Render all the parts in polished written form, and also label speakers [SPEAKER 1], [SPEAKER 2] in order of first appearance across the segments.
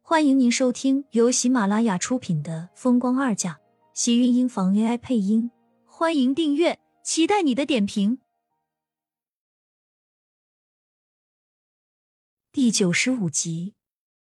[SPEAKER 1] 欢迎您收听由喜马拉雅出品的《风光二嫁》，喜运音房 AI 配音。欢迎订阅，期待你的点评。第95集，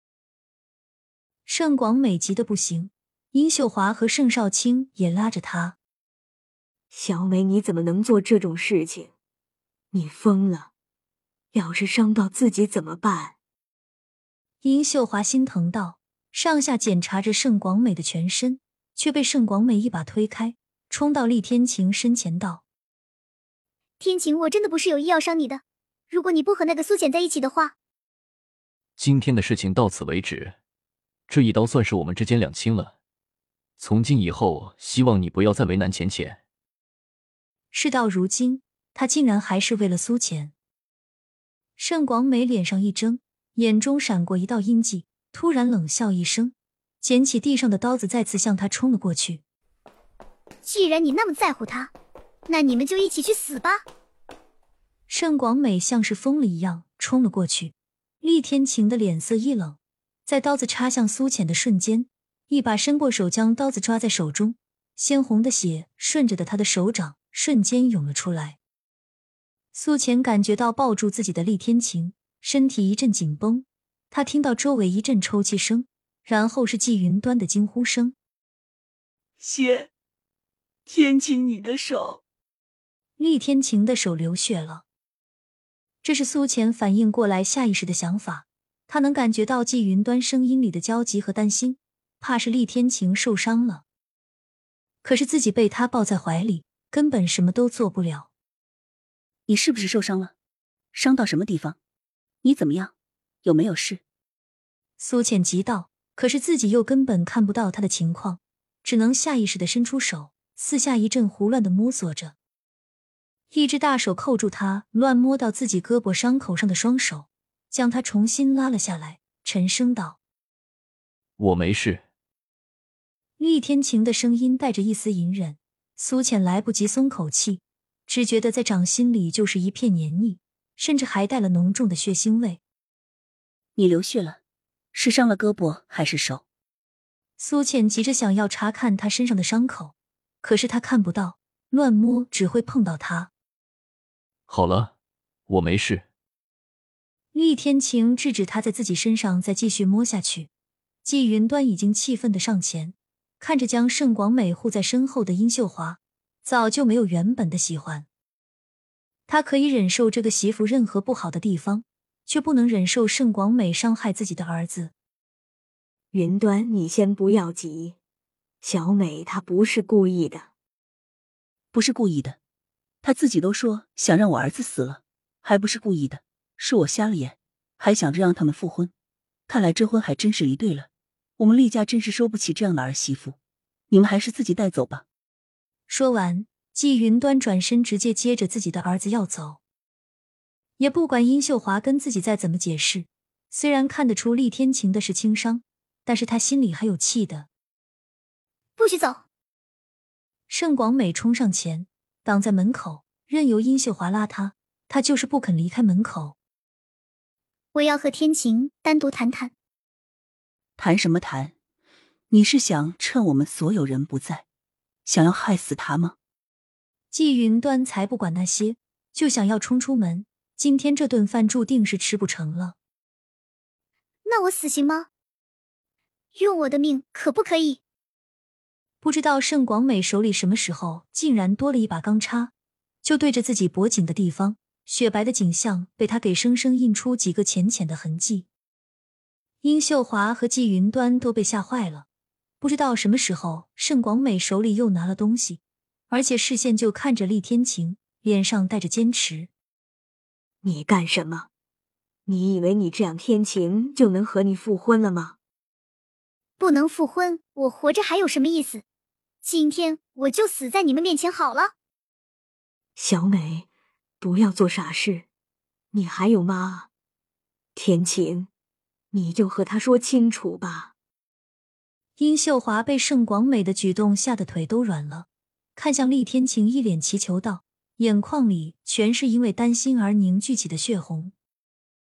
[SPEAKER 1] 盛广美急得不行，殷秀华和盛少卿也拉着她。
[SPEAKER 2] 小美，你怎么能做这种事情？你疯了！要是伤到自己怎么办？
[SPEAKER 1] 殷秀华心疼道，上下检查着盛广美的全身，却被盛广美一把推开，冲到厉天晴身前道：
[SPEAKER 3] 天晴，我真的不是有意要伤你的，如果你不和那个苏浅在一起的话。
[SPEAKER 4] 今天的事情到此为止，这一刀算是我们之间两清了。从今以后，希望你不要再为难浅浅。
[SPEAKER 1] 事到如今，他竟然还是为了苏浅。盛广美脸上一怔，眼中闪过一道阴迹，突然冷笑一声，捡起地上的刀子，再次向他冲了过去。
[SPEAKER 3] 既然你那么在乎他，那你们就一起去死吧！
[SPEAKER 1] 盛广美像是疯了一样冲了过去，厉天晴的脸色一冷，在刀子插向苏浅的瞬间，一把伸过手将刀子抓在手中，鲜红的血顺着他的手掌瞬间涌了出来。苏浅感觉到抱住自己的厉天晴身体一阵紧绷，他听到周围一阵抽泣声，然后是季云端的惊呼声：
[SPEAKER 5] 血！天晴，你的手！
[SPEAKER 1] 厉天晴的手流血了。这是苏浅反应过来下意识的想法，他能感觉到季云端声音里的焦急和担心，怕是厉天晴受伤了。可是自己被他抱在怀里，根本什么都做不了。
[SPEAKER 6] 你是不是受伤了？伤到什么地方？你怎么样？有没有事？
[SPEAKER 1] 苏浅急道，可是自己又根本看不到他的情况，只能下意识地伸出手，四下一阵胡乱地摸索着。一只大手扣住他乱摸到自己胳膊伤口上的双手，将他重新拉了下来，沉声道：
[SPEAKER 4] 我没事。
[SPEAKER 1] 厉天晴的声音带着一丝隐忍，苏浅来不及松口气，只觉得在掌心里就是一片黏腻，甚至还带了浓重的血腥味。
[SPEAKER 6] 你流血了，是伤了胳膊还是手？
[SPEAKER 1] 苏浅急着想要查看他身上的伤口，可是他看不到，乱摸只会碰到他。
[SPEAKER 4] 好了，我没事。
[SPEAKER 1] 厉天晴制止他在自己身上再继续摸下去。季云端已经气愤地上前，看着将盛广美护在身后的殷秀华，早就没有原本的喜欢。他可以忍受这个媳妇任何不好的地方，却不能忍受盛广美伤害自己的儿子。
[SPEAKER 2] 云端，你先不要急，小美她不是故意的。
[SPEAKER 6] 不是故意的，她自己都说想让我儿子死了，还不是故意的，是我瞎了眼，还想着让他们复婚。看来这婚还真是离对了，我们厉家真是收不起这样的儿媳妇，你们还是自己带走吧。
[SPEAKER 1] 说完，季云端转身直接接着自己的儿子要走。也不管殷秀华跟自己再怎么解释，虽然看得出厉天晴的是轻伤，但是他心里还有气的。
[SPEAKER 3] 不许走！
[SPEAKER 1] 盛广美冲上前，挡在门口，任由殷秀华拉他，他就是不肯离开门口。
[SPEAKER 3] 我要和天晴单独谈谈。
[SPEAKER 6] 谈什么谈？你是想趁我们所有人不在，想要害死他吗？
[SPEAKER 1] 季云端才不管那些，就想要冲出门，今天这顿饭注定是吃不成了。
[SPEAKER 3] 那我死刑吗？用我的命可不可以？
[SPEAKER 1] 不知道盛广美手里什么时候竟然多了一把钢叉，就对着自己脖颈的地方，雪白的景象被他给生生印出几个浅浅的痕迹。殷秀华和季云端都被吓坏了，不知道什么时候盛广美手里又拿了东西，而且视线就看着厉天晴，脸上带着坚持。
[SPEAKER 2] 你干什么？你以为你这样天晴就能和你复婚了吗？
[SPEAKER 3] 不能复婚，我活着还有什么意思？今天我就死在你们面前好了。
[SPEAKER 2] 小美，不要做傻事，你还有妈。天晴，你就和她说清楚吧。
[SPEAKER 1] 殷秀华被盛广美的举动吓得腿都软了，看向厉天晴，一脸祈求道，眼眶里全是因为担心而凝聚起的血红。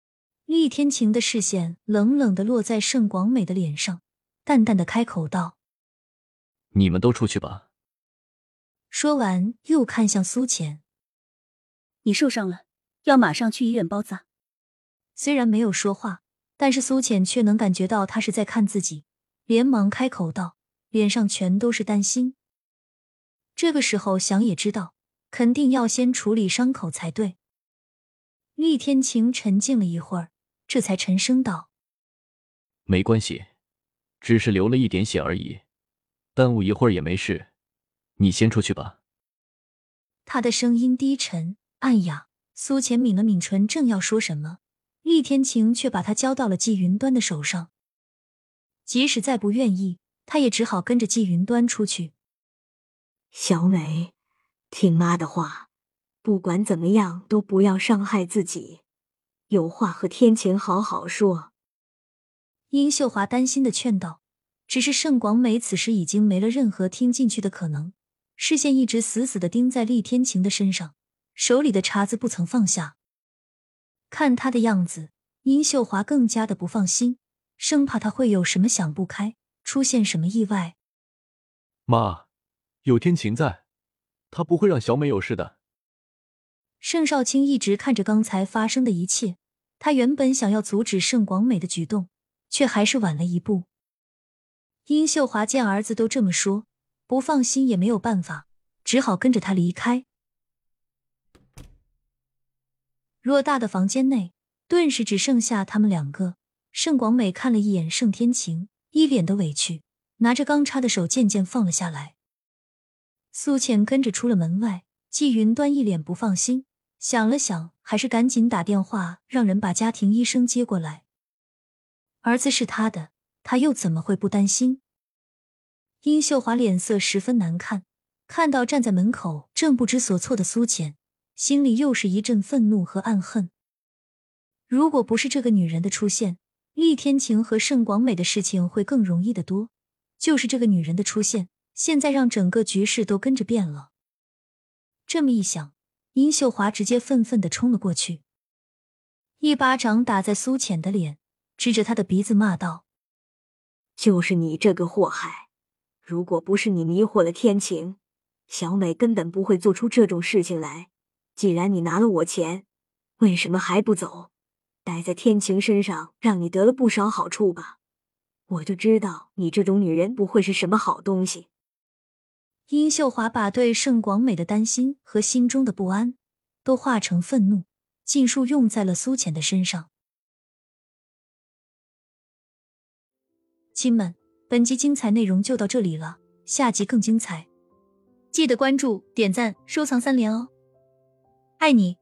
[SPEAKER 1] 厉天晴的视线冷冷地落在盛广美的脸上，淡淡的开口道：
[SPEAKER 4] 你们都出去吧。
[SPEAKER 1] 说完又看向苏浅，
[SPEAKER 6] 你受伤了，要马上去医院包扎。
[SPEAKER 1] 虽然没有说话，但是苏浅却能感觉到他是在看自己，连忙开口道，脸上全都是担心。这个时候想也知道，肯定要先处理伤口才对。厉天晴沉静了一会儿，这才沉声道：
[SPEAKER 4] 没关系，只是流了一点血而已，耽误一会儿也没事，你先出去吧。
[SPEAKER 1] 他的声音低沉暗哑，苏浅抿了抿唇，正要说什么，厉天晴却把他交到了季云端的手上。即使再不愿意，他也只好跟着季云端出去。
[SPEAKER 2] 小美，听妈的话，不管怎么样都不要伤害自己，有话和天晴好好说。
[SPEAKER 1] 殷秀华担心的劝道，只是盛广美此时已经没了任何听进去的可能，视线一直死死地盯在厉天晴的身上，手里的茬子不曾放下。看他的样子，殷秀华更加的不放心，生怕他会有什么想不开，出现什么意外。
[SPEAKER 7] 妈，有天晴在，他不会让小美有事的。
[SPEAKER 1] 盛少卿一直看着刚才发生的一切，他原本想要阻止盛广美的举动，却还是晚了一步。殷秀华见儿子都这么说，不放心也没有办法，只好跟着他离开。偌大的房间内，顿时只剩下他们两个。盛广美看了一眼盛天晴，一脸的委屈，拿着钢叉的手渐渐放了下来。苏浅跟着出了门外，季云端一脸不放心，想了想，还是赶紧打电话让人把家庭医生接过来。儿子是他的，他又怎么会不担心？殷秀华脸色十分难看，看到站在门口正不知所措的苏浅，心里又是一阵愤怒和暗恨。如果不是这个女人的出现，厉天晴和盛广美的事情会更容易得多。就是这个女人的出现，现在让整个局势都跟着变了。这么一想，殷秀华直接愤愤地冲了过去，一巴掌打在苏浅的脸，指着他的鼻子骂道：
[SPEAKER 2] 就是你这个祸害，如果不是你迷惑了天晴，小美根本不会做出这种事情来。既然你拿了我钱，为什么还不走？待在天晴身上让你得了不少好处吧。我就知道你这种女人不会是什么好东西。
[SPEAKER 1] 殷秀华把对盛广美的担心和心中的不安都化成愤怒，尽数用在了苏浅的身上。亲们，本集精彩内容就到这里了，下集更精彩，记得关注、点赞、收藏3连哦！爱你。